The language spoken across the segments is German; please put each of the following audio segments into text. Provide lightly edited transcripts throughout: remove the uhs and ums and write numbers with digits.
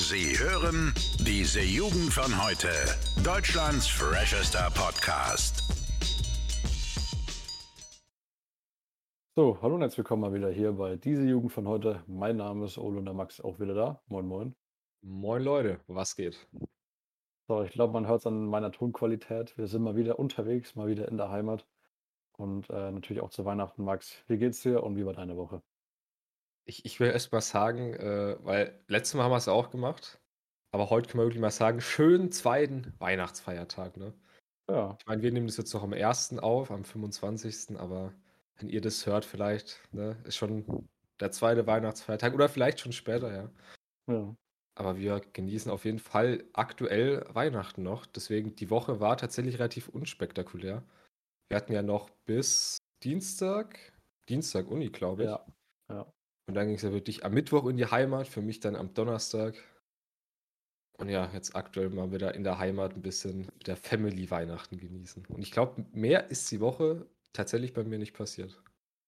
Sie hören diese Jugend von heute. Deutschlands freshester Podcast. So, hallo und herzlich willkommen mal wieder hier bei Diese Jugend von heute. Mein Name ist Ole und der Max ist auch wieder da. Moin, moin. Moin Leute, was geht? So, ich glaube, man hört es an meiner Tonqualität. Wir sind mal wieder unterwegs, mal wieder in der Heimat. Und natürlich auch zu Weihnachten, Max. Wie geht's dir und wie war deine Woche? Ich will erst mal sagen, weil letztes Mal haben wir es auch gemacht, aber heute können wir wirklich mal sagen, schönen zweiten Weihnachtsfeiertag, ne? Ja, Ich meine, wir nehmen das jetzt noch am 1. auf, am 25., aber wenn ihr das hört vielleicht, ne, ist schon der zweite Weihnachtsfeiertag oder vielleicht schon später, ja. ja, Aber wir genießen auf jeden Fall aktuell Weihnachten noch, deswegen die Woche war tatsächlich relativ unspektakulär. Wir hatten ja noch bis Dienstag Uni, glaube ich. ja, ja. Und dann ging es ja wirklich am Mittwoch in die Heimat, für mich dann am Donnerstag. Und ja, jetzt aktuell mal wieder in der Heimat ein bisschen mit der Family Weihnachten genießen. Und ich glaube, mehr ist die Woche tatsächlich bei mir nicht passiert.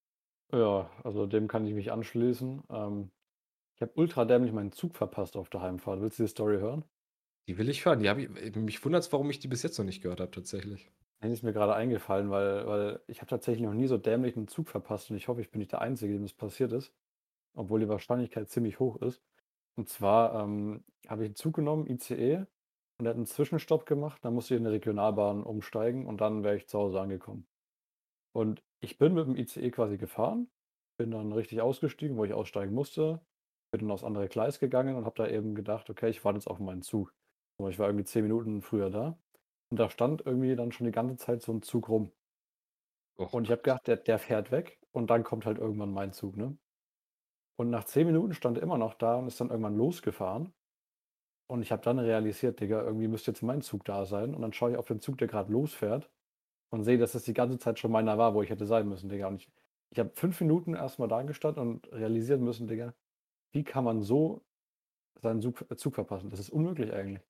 Ja, also dem kann ich mich anschließen. Ich habe ultra dämlich meinen Zug verpasst auf der Heimfahrt. Willst du die Story hören? Die will ich hören. Mich wundert es, warum ich die bis jetzt noch nicht gehört habe, tatsächlich. Nee, ist mir gerade eingefallen, weil ich habe tatsächlich noch nie so dämlich einen Zug verpasst und ich hoffe, ich bin nicht der Einzige, dem das passiert ist, obwohl die Wahrscheinlichkeit ziemlich hoch ist. Und zwar habe ich einen Zug genommen, ICE, und der hat einen Zwischenstopp gemacht. Dann musste ich in eine Regionalbahn umsteigen und dann wäre ich zu Hause angekommen. Und ich bin mit dem ICE quasi gefahren, bin dann richtig ausgestiegen, wo ich aussteigen musste, bin dann aufs andere Gleis gegangen und habe da eben gedacht, okay, ich warte jetzt auf meinen Zug. Aber ich war irgendwie 10 Minuten früher da und da stand irgendwie dann schon die ganze Zeit so ein Zug rum. Oh Und ich habe Gott. gedacht, der fährt weg und dann kommt halt irgendwann mein Zug, ne? Und nach 10 Minuten stand er immer noch da und ist dann irgendwann losgefahren. Und ich habe dann realisiert, Digga, irgendwie müsste jetzt mein Zug da sein. Und dann schaue ich auf den Zug, der gerade losfährt und sehe, dass das die ganze Zeit schon meiner war, wo ich hätte sein müssen, Digga. Und ich habe 5 Minuten erst mal da gestanden und realisieren müssen, Digga, wie kann man so seinen Zug verpassen? Das ist unmöglich eigentlich.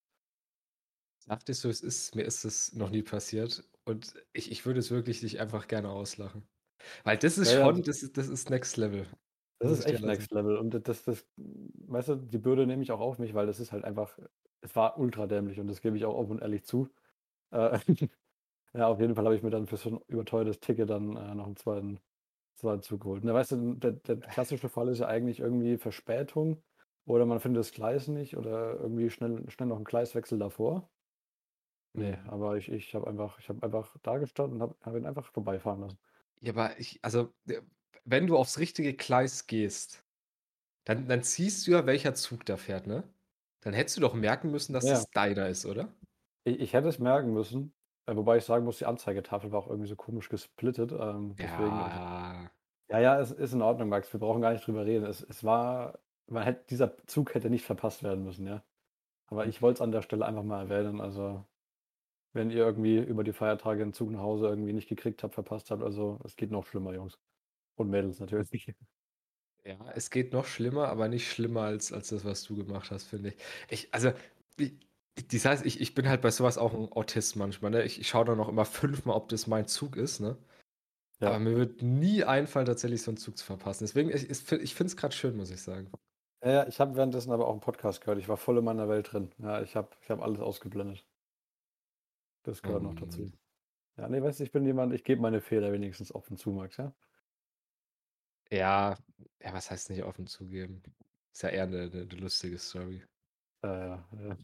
Sag dir so, es ist, mir ist es noch nie passiert. Und ich würde es wirklich nicht einfach gerne auslachen. Weil das ist Ja, ja, schon, das ist Next Level. das Muss ist ich dir echt lassen. Next Level. Und das weißt du, die Bürde nehme ich auch auf mich, weil das ist halt einfach es war ultra dämlich und das gebe ich auch offen und ehrlich zu. Äh, ja, auf jeden Fall habe ich mir dann für so 'n überteuertes Ticket dann, noch 'n zweiten Zug geholt. Ne, weißt du, der klassische Fall ist ja eigentlich irgendwie Verspätung oder man findet das Gleis nicht oder irgendwie schnell noch 'n Gleiswechsel davor. Ne, Mhm. aber ich habe einfach da gestanden und habe ihn einfach vorbeifahren lassen. Ja, aber also, wenn du aufs richtige Gleis gehst, dann siehst du ja, welcher Zug da fährt, ne? Dann hättest du doch merken müssen, dass Ja, das deiner ist, oder? ich hätte es merken müssen, wobei ich sagen muss, die Anzeigetafel war auch irgendwie so komisch gesplittet, deswegen also Ja. ja, ja, es ist in Ordnung, Max, wir brauchen gar nicht drüber reden. Es war dieser Zug hätte nicht verpasst werden müssen, ja. Aber ich wollte es an der Stelle einfach mal erwähnen, also wenn ihr irgendwie über die Feiertage 'n Zug nach Hause irgendwie nicht gekriegt habt, verpasst habt, also, es geht noch schlimmer, Jungs und Mädels natürlich. Ja, es geht noch schlimmer, aber nicht schlimmer als das, was du gemacht hast, finde ich. Also, i das heißt, ich bin halt bei sowas auch ein Autist manchmal, ne? Ich schaue dann auch immer fünfmal, ob das mein Zug ist, ne? Aber Ja. mir wird nie einfallen, tatsächlich so einen Zug zu verpassen. Deswegen, ich finde es gerade schön, muss ich sagen. Ja, ja, ich habe währenddessen aber auch 'n Podcast gehört. Ich war voll in meiner Welt drin. Ja, ich habe alles ausgeblendet. Das gehört noch Ähm, dazu. Ja, ne, weißt du, ich bin jemand, ich gebe meine Fehler wenigstens offen zu, Max, ja? ja, ja, was heißt nicht offen zugeben? Ist ja eher eine lustige Story. Ja, ja.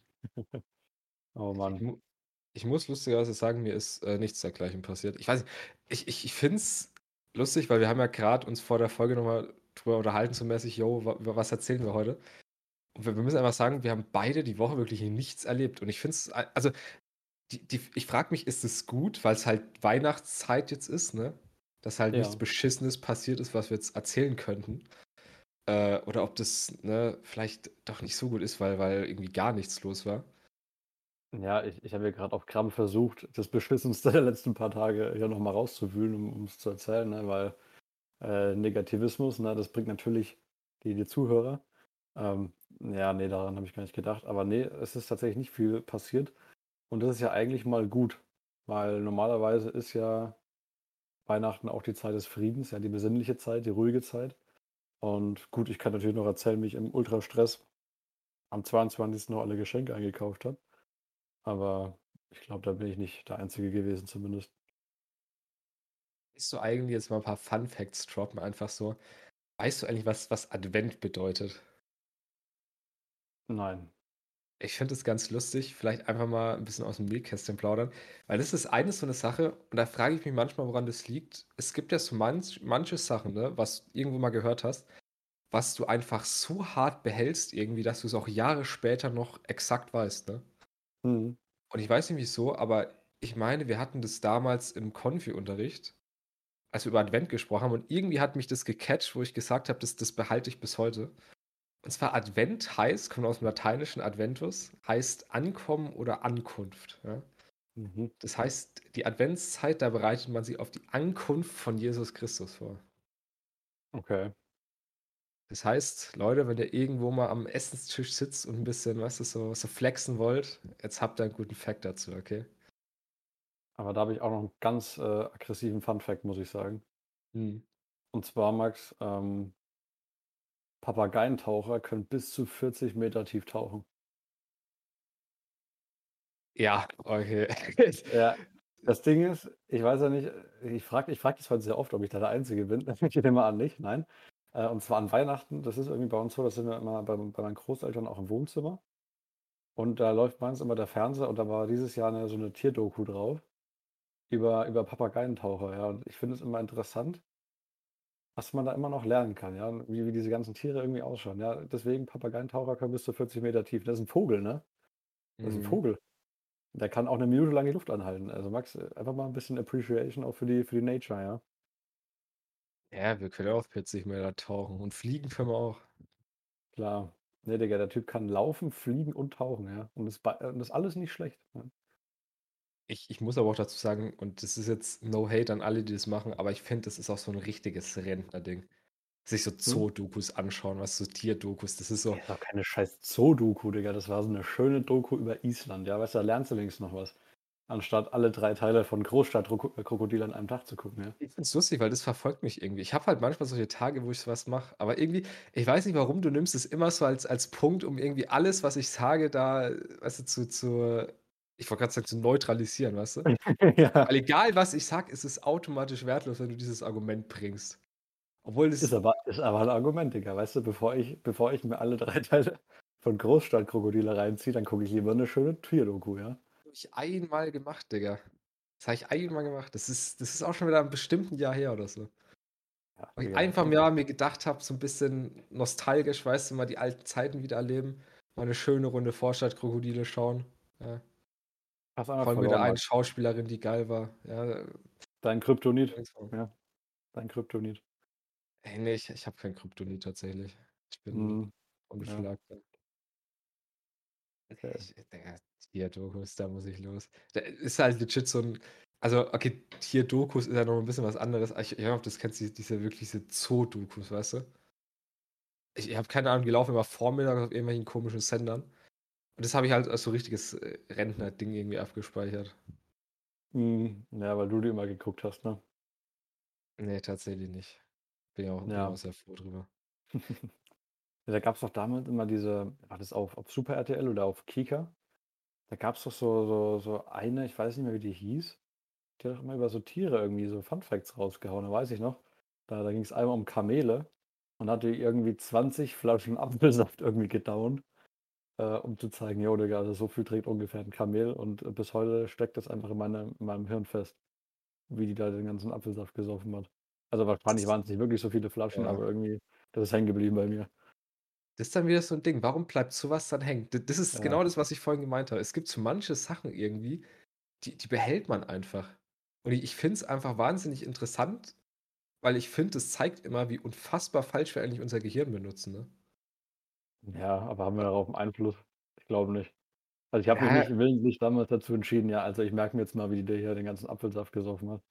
Oh Ich Mann. mu ich muss lustigerweise sagen, mir ist, nichts dergleichen passiert. Ich weiß nicht, ich finde es lustig, weil wir haben ja gerade uns vor der Folge noch mal drüber unterhalten, so mäßig: „Jo, wa was erzählen wir heute?“ Und wir müssen einfach sagen, wir haben beide die Woche wirklich nichts erlebt. Und ich finde es also, ich frage mich, ist es gut, weil es halt Weihnachtszeit jetzt ist, ne? Dass halt nichts Ja. Beschissenes passiert ist, was wir jetzt erzählen könnten. Oder ob das, ne, vielleicht doch nicht so gut ist, weil irgendwie gar nichts los war. Ja, ich habe ja grad auf Krampf versucht, das Beschissenste der letzten paar Tage hier noch mal rauszuwühlen, um's zu erzählen, ne, weil, Negativismus, ne, das bringt natürlich die Zuhörer. Ja, ne, daran habe ich gar nicht gedacht. Aber ne, es ist tatsächlich nicht viel passiert und das ist ja eigentlich mal gut, weil normalerweise ist ja Weihnachten auch die Zeit des Friedens, ja, die besinnliche Zeit, die ruhige Zeit. Und gut, ich kann natürlich noch erzählen, wie ich im Ultrastress am 22. noch alle Geschenke eingekauft habe. Aber ich glaube, da bin ich nicht der Einzige gewesen, zumindest. Willst du eigentlich jetzt mal ein paar Fun Facts droppen, einfach so? Weißt du eigentlich, was Advent bedeutet? Nein. Ich finde es ganz lustig, vielleicht einfach mal ein bisschen aus dem Nähkästchen plaudern, weil das ist so eine Sache, und da frage ich mich manchmal, woran das liegt. Es gibt ja so manche Sachen, ne, was du irgendwo mal gehört hast, was du einfach so hart behältst irgendwie, dass du es auch Jahre später noch exakt weißt, ne? Mhm. Und ich weiß nicht wieso, aber ich meine, wir hatten das damals im Konfi-Unterricht, als wir über Advent gesprochen haben, und irgendwie hat mich das gecatcht, wo ich gesagt habe, das behalte ich bis heute. Und zwar Advent heißt, kommt aus dem lateinischen Adventus, heißt Ankommen oder Ankunft. Ja? Mhm. Das heißt, die Adventszeit, da bereitet man sich auf die Ankunft von Jesus Christus vor. Okay. Das heißt, Leute, wenn ihr irgendwo mal am Essenstisch sitzt und ein bisschen, weißt du, so flexen wollt, jetzt habt ihr einen guten Fact dazu, okay? Aber da habe ich auch noch einen ganz aggressiven Fun-Fact, muss ich sagen. Hm. Und zwar, Max, Papageientaucher können bis zu 40 Meter tief tauchen. Ja, okay. Ja, das Ding ist, ich weiß ja nicht, ich frag das heute sehr oft, ob ich da der Einzige bin. Ich nehme an nicht, nein. Und zwar an Weihnachten, das ist irgendwie bei uns so, das sind wir immer bei meinen Großeltern auch im Wohnzimmer. Und da läuft meistens immer der Fernseher und da war dieses Jahr so eine Tierdoku drauf über Papageientaucher, ja. Und ich finde es immer interessant, was man da immer noch lernen kann, ja, und wie diese ganzen Tiere irgendwie ausschauen. Ja, deswegen Papageientaucher können bis zu 40 Meter tief. Das ist ein Vogel, ne? Das ist ein Mhm. Vogel. Der kann auch eine Minute lang die Luft anhalten. Also Max, einfach mal ein bisschen Appreciation auch für die Nature, ja. Ja, wir können auch 40 Meter tauchen und fliegen können wir auch. Klar. Ne, Digga, der Typ kann laufen, fliegen und tauchen, ja. Und das alles nicht schlecht. Ja. Ich muss aber auch dazu sagen, und das ist jetzt no hate an alle, die das machen, aber ich finde, das ist auch so ein richtiges Rentnerding. Sich so Hm? Zoo-Dokus anschauen, was so Tierdokus, das ist so. Ist doch keine scheiß Zoo-Doku, Digga. Das war so eine schöne Doku über Island, ja. Weißt du, da lernst du wenigstens noch was. Anstatt alle 3 Teile von Großstadtkrokodil an einem Tag zu gucken, ja. Ich finde es lustig, weil das verfolgt mich irgendwie. Ich habe halt manchmal solche Tage, wo ich was mache, aber irgendwie, ich weiß nicht warum, du nimmst es immer so als Punkt, um irgendwie alles, was ich sage, da, weißt du, ich wollte gerade sagen, zu neutralisieren, weißt du? Ja, Weil egal, was ich sage, ist es automatisch wertlos, wenn du dieses Argument bringst. Obwohl ist das aber ist aber 'n Argument, Digga. Weißt du, bevor ich mir alle 3 Teile von Großstadtkrokodile reinziehe, dann gucke ich lieber eine schöne Tierdoku, ja. habe ich einmal gemacht, Digga. Das habe ich einmal gemacht. Das ist auch schon wieder ein bestimmten Jahr her oder so. Ja, Weil ich Digga. einfach mal mir gedacht habe, so ein bisschen nostalgisch, weißt du, mal die alten Zeiten wieder erleben, mal eine schöne Runde Vorstadtkrokodile schauen. Ja. Hast einmal Vor allem mit der verloren, einen Max. Schauspielerin, die geil war. Ja, Dein Kryptonit. so. Ja, dein Kryptonit. Ey, nee, ich habe kein Kryptonit tatsächlich. Ich bin Mhm. Ja, unbeschlagbar. okay. Digga, Tier-Dokus, da muss ich los. Da ist halt legit so ein. Also, okay, Tier-Dokus ist ja noch ein bisschen was anderes. Ich weiß nicht, ob du das kennst, diese wirklich diese Zoo-Dokus, weißt du? Ich habe keine Ahnung, die laufen immer vormittags auf irgendwelchen komischen Sendern. Und das habe ich halt als so richtiges Rentner-Ding irgendwie abgespeichert. Mhm. Ja, weil du die immer geguckt hast, ne? Nee, tatsächlich nicht. Bin auch Ja. sehr froh drüber. Ja, da gab's doch damals immer diese war das auf Super RTL oder auf Kika? Da gab's doch so eine, ich weiß nicht mehr, wie die hieß, die hat doch immer über so Tiere irgendwie so Fun Facts rausgehauen, da weiß ich noch. Da ging's einmal um Kamele und hatte irgendwie 20 Flaschen Apfelsaft irgendwie gedownt, um zu zeigen: „Jo, Digga, also so viel trägt ungefähr ein Kamel“ und bis heute steckt das einfach in meinem Hirn fest, wie die da den ganzen Apfelsaft gesoffen hat. Also, wahrscheinlich Das, waren es nicht wirklich so viele Flaschen, ja. aber irgendwie das ist hängen geblieben bei mir. Das ist dann wieder so ein Ding. Warum bleibt sowas dann hängen? Das ist Ja. genau das, was ich vorhin gemeint habe. Es gibt so manche Sachen irgendwie, die behält man einfach. Und ich finde es einfach wahnsinnig interessant, weil ich finde, es zeigt immer, wie unfassbar falsch wir eigentlich unser Gehirn benutzen, ne? Ja, aber haben wir darauf 'n Einfluss? Ich glaube nicht. Also, ich habe mich Ja, nicht willentlich damals dazu entschieden, ja, also, ich merke mir jetzt mal, wie der hier den ganzen Apfelsaft gesoffen hat.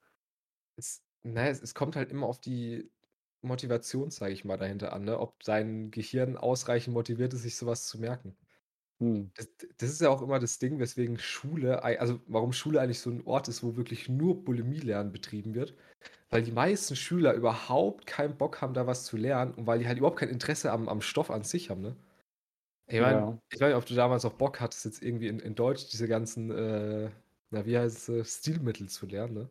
es kommt halt immer auf die Motivation, sage ich mal, dahinter an, ne? Ob dein Gehirn ausreichend motiviert ist, sich sowas zu merken. Mhm. Das ist ja auch immer das Ding, weswegen also, warum Schule eigentlich so ein Ort ist, wo wirklich nur Bulimie-Lernen betrieben wird, weil die meisten Schüler überhaupt keinen Bock haben, da was zu lernen und weil die halt überhaupt kein Interesse am Stoff an sich haben, ne? Ich meine, Ja. ich weiß nicht, ob du damals auch Bock hattest, jetzt irgendwie in Deutsch diese ganzen, na, wie heißt es, Stilmittel zu lernen, ne?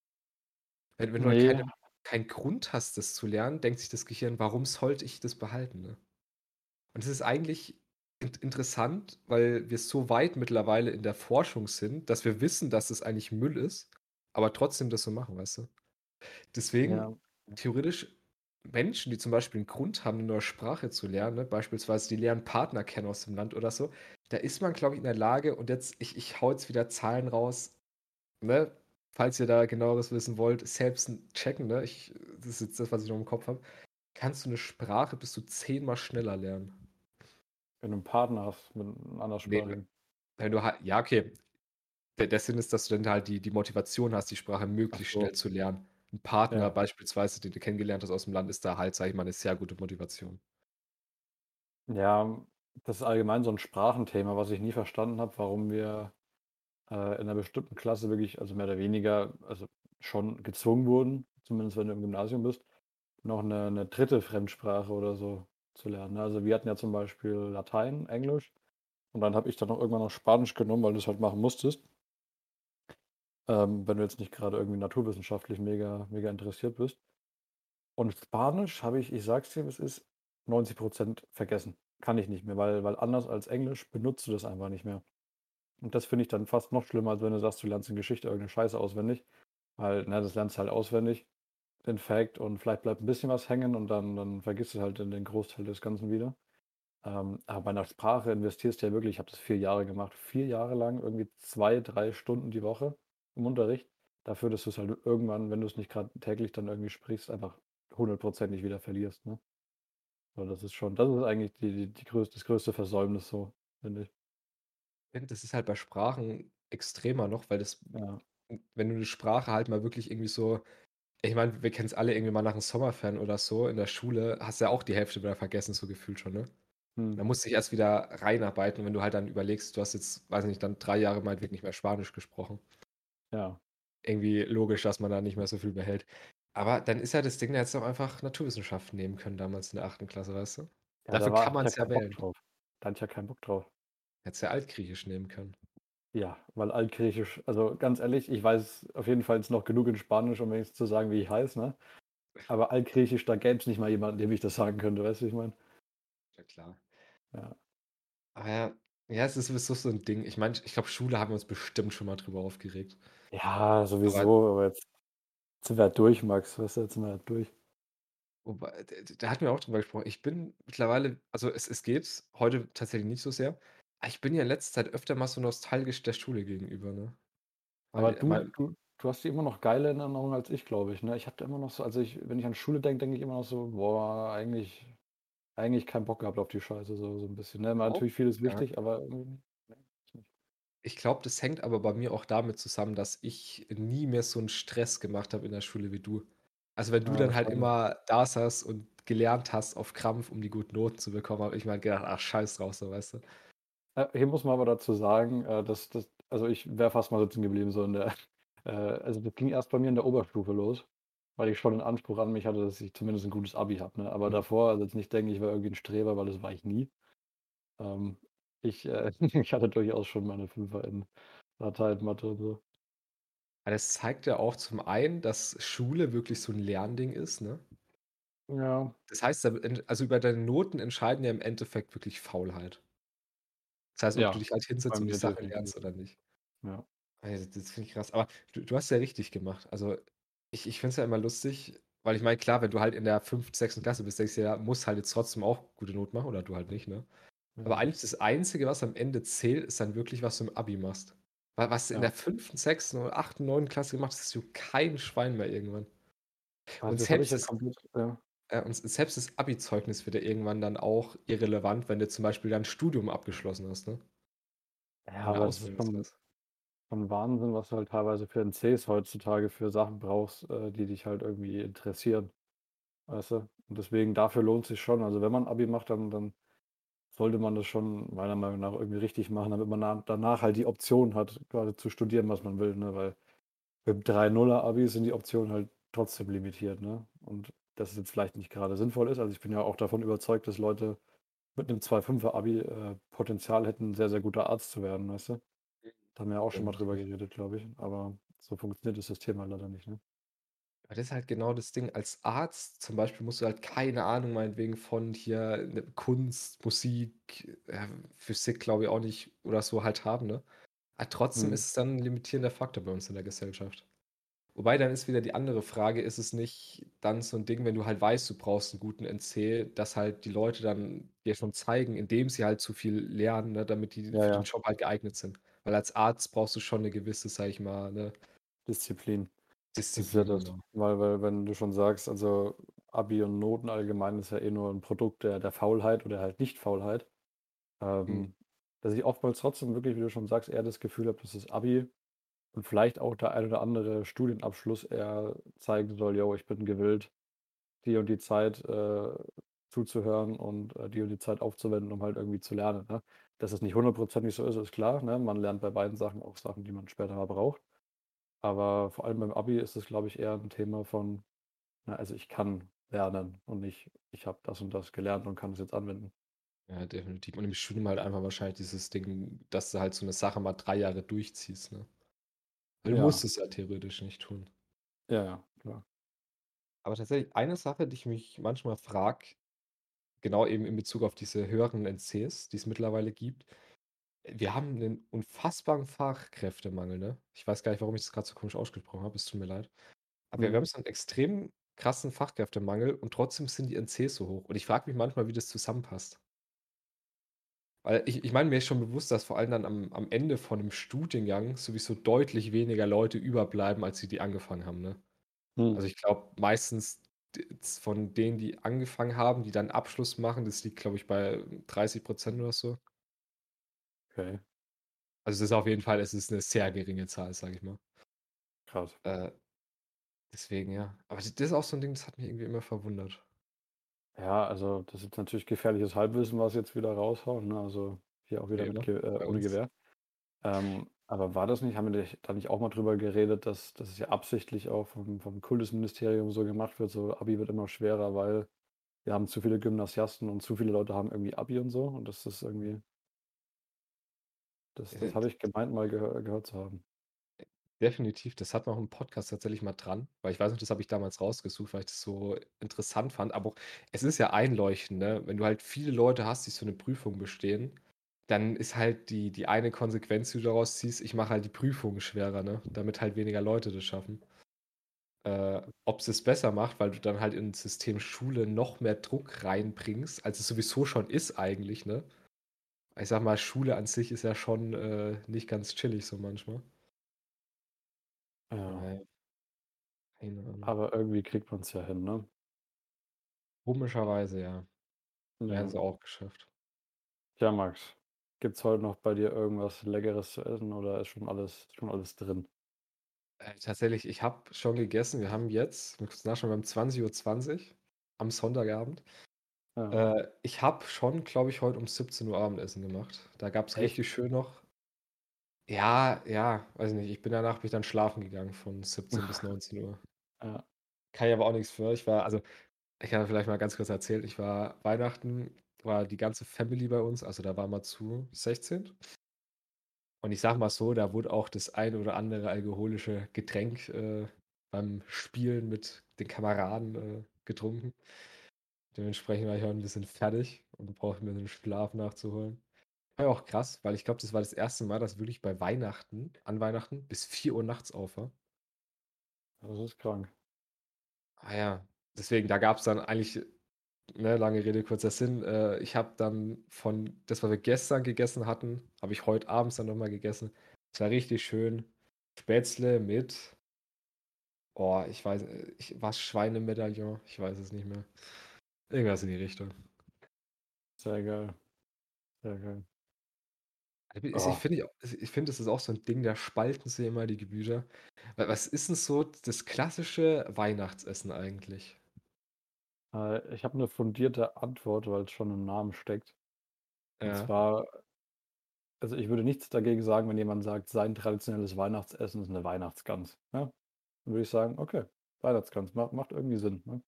Wenn du halt Nee, keinen Grund hast, das zu lernen, denkt sich das Gehirn: „Warum sollte ich das behalten“, ne? Und es ist eigentlich interessant, weil wir so weit mittlerweile in der Forschung sind, dass wir wissen, dass es eigentlich Müll ist, aber trotzdem das so machen, weißt du? Deswegen ja. theoretisch Menschen, die zum Beispiel einen Grund haben, 'ne neue Sprache zu lernen, ne, beispielsweise die lernen Partner kennen aus dem Land oder so, da ist man, glaube ich, in der Lage und jetzt ich haue jetzt wieder Zahlen raus, ne, falls ihr da Genaueres wissen wollt, selbst 'n checken, ne? Das ist jetzt das, was ich noch im Kopf habe. Kannst du 'ne Sprache bis zu 10-mal schneller lernen. Wenn du 'n Partner hast mit 'nem Ne, anderssprachigen. wenn du halt ja, okay. Der Sinn ist, dass du dann halt die Motivation hast, die Sprache Ach möglichst schnell so, zu lernen. 'N Partner ja. beispielsweise, den du kennengelernt hast aus'm Land, ist da halt, sage ich mal, 'ne sehr gute Motivation. Ja, das ist allgemein so 'n Sprachenthema, was ich nie verstanden habe, warum wir, in 'ner bestimmten Klasse wirklich, also mehr oder weniger, also schon gezwungen wurden, zumindest wenn du im Gymnasium bist, noch 'ne 3. Fremdsprache oder so zu lernen, ne? Also, wir hatten ja zum Beispiel Latein, Englisch und dann habe ich dann noch irgendwann noch Spanisch genommen, weil du's halt machen musstest, wenn du jetzt nicht grade irgendwie naturwissenschaftlich mega interessiert bist. Und Spanisch habe ich sage es dir, wie es ist, 90 vergessen. Kann ich nicht mehr, weil anders als Englisch benutzt du das einfach nicht mehr. Und das finde ich dann fast noch schlimmer, als wenn du sagst, du lernst in Geschichte irgend 'ne Scheiße auswendig, weil, ne, das lernst du halt auswendig, den Fact, und vielleicht bleibt 'n bisschen was hängen und dann vergisst du halt den Großteil des Ganzen wieder. Aber bei 'ner Sprache investierst du ja wirklich, ich habe das 4 Jahre gemacht, 4 Jahre lang irgendwie 2, 3 Stunden die Woche im Unterricht, dafür, dass du's halt irgendwann, wenn du's nicht grad täglich dann irgendwie sprichst, einfach hundertprozentig wieder verlierst, ne? So, das ist eigentlich die größte das größte Versäumnis so, finde ich. Ich finde, das ist halt bei Sprachen extremer noch, weil das Ja. wenn du 'ne Sprache halt mal wirklich irgendwie so ich meine, wir kennen's alle irgendwie mal nach 'n Sommerferien oder so in der Schule, hast du ja auch die Hälfte wieder vergessen, so gefühlt schon, ne? Mhm. Da musst du dich erst wieder reinarbeiten, wenn du halt dann überlegst, du hast jetzt, weiß nicht, dann 3 Jahre meinetwegen nicht mehr Spanisch gesprochen. Ja. Irgendwie logisch, dass man da nicht mehr so viel behält. Aber dann ist ja das Ding, da hättest du auch einfach Naturwissenschaften nehmen können damals in der 8. Klasse, weißt du? Ja, Dafür kann hatte ich ja man's ja keinen Bock wählen. drauf. Da hatte ich ja keinen Bock drauf. Hättest ja Altgriechisch nehmen können. Ja, weil Altgriechisch, also ganz ehrlich, ich weiß auf jeden Fall jetzt noch genug in Spanisch, um wenigstens zu sagen, wie ich heiße, ne? Aber Altgriechisch, da gäbe es nicht mal jemanden, dem ich das sagen könnte, weißt du, wie ich meine? Ja klar. Ja. Aber ja, ja, es ist sowieso so 'n Ding. Ich meine, ich glaube, Schule haben wir uns bestimmt schon mal drüber aufgeregt. Ja, Aber sowieso, aber jetzt sind wir halt durch, Max, weißt du, jetzt sind wir halt durch. wobei, da hatten wir auch drüber gesprochen. Ich bin mittlerweile also, es geht, heute tatsächlich nicht so sehr. Aber ich bin ja in letzter Zeit öfter mal so nostalgisch der Schule gegenüber, ne? Aber Weil du mein du du hast die immer noch geile in Erinnerung als ich, glaube ich, ne? Ich habe da immer noch so, also ich, wenn ich an Schule denke, denke ich immer noch so: „Boah, eigentlich keinen Bock gehabt auf die Scheiße", so 'n bisschen, ne? War auch natürlich vieles ja. wichtig, aber irgendwie, ne, weiß nicht. Ich glaube, das hängt aber bei mir auch damit zusammen, dass ich nie mehr so 'n Stress gemacht habe in der Schule wie du. Also, wenn du Ja, dann halt wahrscheinlich. immer da saßt und gelernt hast auf Krampf, um die guten Noten zu bekommen, habe ich mir halt gedacht: „Ach, scheiß drauf“, so, weißt du? Hier muss man aber dazu sagen, dass also, ich wäre fast mal sitzen geblieben so in der also, das ging erst bei mir in der Oberstufe los, weil ich schon den Anspruch an mich hatte, dass ich zumindest 'n gutes Abi habe, ne? Aber Mhm. davor, also, jetzt nicht denken, ich wäre irgendwie 'n Streber, weil das war ich nie. Ähm, ich hatte durchaus schon meine Fünfer in Latein, Mathe und so. Aber das zeigt ja auch zum einen, dass Schule wirklich so 'n Lernding ist, ne? Ja, Das heißt, da also, über deine Noten entscheiden ja im Endeffekt wirklich Faulheit. Das heißt, ob du ja, dich halt bei hinsetzt und die mir Sache definitiv. lernst oder nicht. Ja, Also, das finde ich krass. Aber du hast ja richtig gemacht. Also, ich finde es ja immer lustig, weil ich meine, klar, wenn du halt in der 5., 6. Klasse bist, denkst du ja, musst halt jetzt trotzdem auch gute Noten machen oder du halt nicht, ne? Aber ja, eigentlich das Einzige, was am Ende zählt, ist dann wirklich, was du im Abi machst. Weil was du in ja. der 5., 6. oder 8., 9. Klasse gemacht hast, ist juckt kein Schwein mehr irgendwann. Also, Und das habe ich selbst ja das komplett, ja. und selbst das Abizeugnis wird ja irgendwann dann auch irrelevant, wenn du zum Beispiel dein Studium abgeschlossen hast, ne? Ja, Oder aber das ist Ausbildung schon beziehungsweise. Wahnsinn, was du halt teilweise für NCs heutzutage für Sachen brauchst, die dich halt irgendwie interessieren, weißt du? Und deswegen, dafür lohnt sich schon. Also, wenn man Abi macht, dann sollte man das schon meiner Meinung nach irgendwie richtig machen, damit man danach halt die Option hat, quasi zu studieren, was man will, ne? Weil mit 3,0er Abi sind die Optionen halt trotzdem limitiert, ne? Und dass es jetzt vielleicht nicht gerade sinnvoll ist. Also, ich bin ja auch davon überzeugt, dass Leute mit 'nem 2,5er Abi, Potenzial hätten, 'n sehr, sehr guter Arzt zu werden, weißt du? Da haben wir ja auch schon mal drüber Definitiv. geredet, glaube ich, aber so funktioniert das System halt leider nicht, ne? Aber das ist halt genau das Ding. Als Arzt zum Beispiel musst du halt keine Ahnung meinetwegen von hier, Kunst, Musik, Physik glaube ich auch nicht oder so halt haben, ne? Aber trotzdem Mhm. ist es dann 'n limitierender Faktor bei uns in der Gesellschaft. Wobei dann ist wieder die andere Frage, ist es nicht dann so 'n Ding, wenn du halt weißt, du brauchst 'n guten NC, dass halt die Leute dann dir schon zeigen, indem sie halt zu viel lernen, ne, damit die Ja, für den ja, Job halt geeignet sind. Weil als Arzt brauchst du schon 'ne gewisse, sage ich mal, ne, Disziplin. Das ist ja Disziplin, das. genau. Weil wenn du schon sagst, also, Abi und Noten allgemein ist ja eh nur 'n Produkt der Faulheit oder halt Nicht-Faulheit, Mhm. ähm, dass ich oftmals trotzdem wirklich, wie du schon sagst, eher das Gefühl habe, dass das Abi und vielleicht auch der ein oder andere Studienabschluss eher zeigen soll: „Jo, ich bin gewillt, die und die Zeit, zuzuhören und, die und die Zeit aufzuwenden, um halt irgendwie zu lernen“, ne? Dass es nicht hundertprozentig so ist, ist klar, ne? Man lernt bei beiden Sachen auch Sachen, die man später mal braucht. Aber vor allem beim Abi ist es, glaube ich, eher 'n Thema von, na, also, ich kann lernen und nicht, ich habe das und das gelernt und kann es jetzt anwenden. Ja, definitiv. Und im Studium halt einfach wahrscheinlich dieses Ding, dass du halt so 'ne Sache mal 3 Jahre durchziehst, ne? Weil du musst Ja, es ja theoretisch nicht tun. ja, ja, klar. Aber tatsächlich eine Sache, die ich mich manchmal frage, genau eben in Bezug auf diese höheren NCs, die es mittlerweile gibt. Wir haben 'nen unfassbaren Fachkräftemangel, ne? Ich weiß gar nicht, warum ich das grad so komisch ausgesprochen habe, es tut mir leid. Aber wir Mhm. haben so 'n extrem krassen Fachkräftemangel und trotzdem sind die NCs so hoch. Und ich frage mich manchmal, wie das zusammenpasst. Weil ich meine, mir ist schon bewusst, dass vor allem dann am Ende von 'nem Studiengang sowieso deutlich weniger Leute überbleiben, als die angefangen haben, ne? Also, Mhm. ich glaube meistens von denen, die angefangen haben, die dann Abschluss machen, das liegt, glaube ich, bei 30% oder so. Okay, Also, es ist auf jeden Fall es ist 'ne sehr geringe Zahl, sage ich mal. krass. Äh, deswegen, ja. Aber das ist auch so 'n Ding, das hat mich irgendwie immer verwundert. Ja, also, das ist jetzt natürlich gefährliches Halbwissen, was ich jetzt wieder raushaue, ne? Also, hier auch wieder Wie mit immer Ge bei ohne uns. Gewehr. Aber war das nicht, haben wir da nicht auch mal drüber geredet, dass es ja absichtlich auch vom Kultusministerium so gemacht wird, so Abi wird immer schwerer, weil wir haben zu viele Gymnasiasten und zu viele Leute haben irgendwie Abi und so und das ist irgendwie, das Äh, habe ich gemeint, mal gehört zu haben. definitiv, das hatten wir auch im Podcast tatsächlich mal dran, weil ich weiß noch, das habe ich damals rausgesucht, weil ich das so interessant fand. Aber auch es ist ja einleuchtend, ne? Wenn du halt viele Leute hast, die so 'ne Prüfung bestehen, dann ist halt die eine Konsequenz, die du daraus ziehst: „Ich mache halt die Prüfung schwerer“, ne, damit halt weniger Leute das schaffen. Ob's es besser macht, weil du dann halt ins System Schule noch mehr Druck reinbringst, als es sowieso schon ist eigentlich, ne? Ich sage mal, Schule an sich ist ja schon, nicht ganz chillig so manchmal. Aber Ja, ja, keine Ahnung. aber irgendwie kriegt man es ja hin, ne? Komischerweise ja. Werden Ja. sie auch geschafft. Ja, Max, gibt's heute noch bei dir irgendwas Leckeres zu essen oder ist schon alles drin? Tatsächlich, ich habe schon gegessen. Wir haben jetzt, muss kurz nachschauen, wir haben 20:20 am Sonntagabend. Ja. Ich habe schon, glaube ich, heute um 17 Abendessen gemacht. Da gab's Echt? richtig schön noch ja, ja, weiß ich nicht. Bin ich dann schlafen gegangen von 17 bis 19 Uhr. Ja. Kann ich aber auch nix für. Ich kann ja vielleicht mal ganz kurz erzählen, ich war Weihnachten war die ganze Family bei uns, also da waren wir zu 16. Und ich sage mal so, da wurde auch das ein oder andere alkoholische Getränk, beim Spielen mit den Kameraden, getrunken. Dementsprechend war ich auch 'n bisschen fertig und brauchte mir den Schlaf nachzuholen. War ja auch krass, weil ich glaube, das war das erste Mal, dass wirklich bei Weihnachten an Weihnachten bis 4 Uhr nachts auf war. Das ist krank. Ah ja, deswegen, da gab's dann eigentlich ne, lange Rede, kurzer Sinn. Ich habe dann von das, was wir gestern gegessen hatten, habe ich heute abends dann noch mal gegessen. Es war richtig schön. Spätzle mit ich weiß was Schweinemedaillon? Ich weiß es nicht mehr. Irgendwas in die Richtung. Sehr geil, sehr geil. Ich Oh, finde ich finde, das ist auch so 'n Ding, da spalten sich immer die Gemüter. Was ist 'n so das klassische Weihnachtsessen eigentlich? ich habe 'ne fundierte Antwort, weil's schon im Namen steckt. Und Ja. zwar, also, ich würde nichts dagegen sagen, wenn jemand sagt, sein traditionelles Weihnachtsessen ist 'ne Weihnachtsgans, ne? Dann würde ich sagen: „Okay, Weihnachtsgans macht irgendwie Sinn“, ne?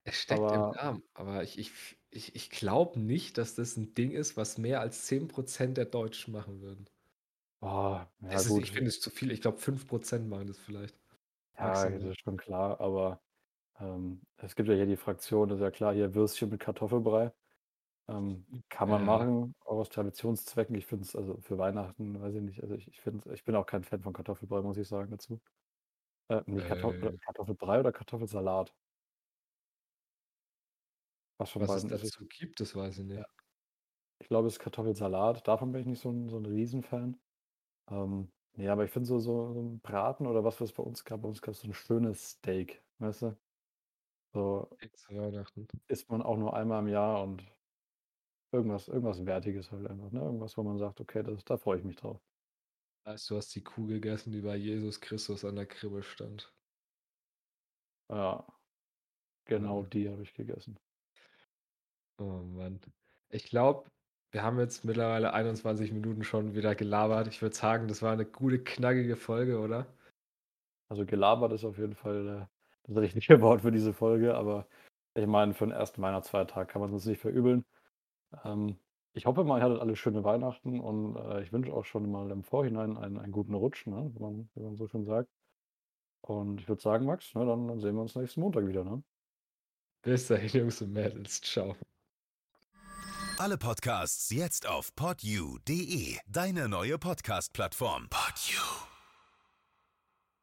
Es steckt im Aber Namen, aber ich glaube nicht, dass das ein Ding ist, was mehr als 10% der Deutschen machen würden. ja Es ist gut, Ich finde es zu viel. Ich glaube, 5% machen das vielleicht ja, das maximal. ist schon klar, aber, es gibt ja hier die Fraktion, ist ja klar, hier Würstchen mit Kartoffelbrei. Kann man Ja, machen, auch aus Traditionszwecken. Ich finde es also für Weihnachten, weiß ich nicht, also ich bin auch kein Fan von Kartoffelbrei, muss ich sagen dazu. Ne, äh, Kartoffelbrei oder Kartoffelsalat? Was von was es beiden ist es? dazu gibt, das weiß ich Ja, nicht. ich glaube, es ist Kartoffelsalat. Davon bin ich nicht so 'n Riesenfan. Ne, aber ich finde so 'n Braten oder was bei uns gab, bei uns gab's so 'n schönes Steak, weißt du? So Zu Weihnachten. isst man auch nur einmal im Jahr und irgendwas Wertiges halt einfach, ne? Irgendwas, wo man sagt: „Okay, da freue ich mich drauf." Heißt, du hast die Kuh gegessen, die bei Jesus Christus an der Krippe stand. Ja, genau Ja. die habe ich gegessen. Oh Mann. Ich glaube, wir haben jetzt mittlerweile 21 Minuten schon wieder gelabert. Ich würde sagen, das war eine gute, knackige Folge, oder? Also, gelabert ist auf jeden Fall, das richtige Wort für diese Folge, aber ich meine, für den ersten Weihnachtsfeiertag kann man's uns nicht verübeln. Ähm, Ich hoffe mal, ihr hattet alle schöne Weihnachten und, ich wünsche auch schon mal im Vorhinein einen guten Rutsch, ne, wie man so schön sagt. Und ich würde sagen, Max, ne, dann sehen wir uns nächsten Montag wieder, ne? Bis dahin, Jungs und Mädels. Ciao. Alle Podcasts jetzt auf podyou.de, deine neue Podcast-Plattform. Podyou.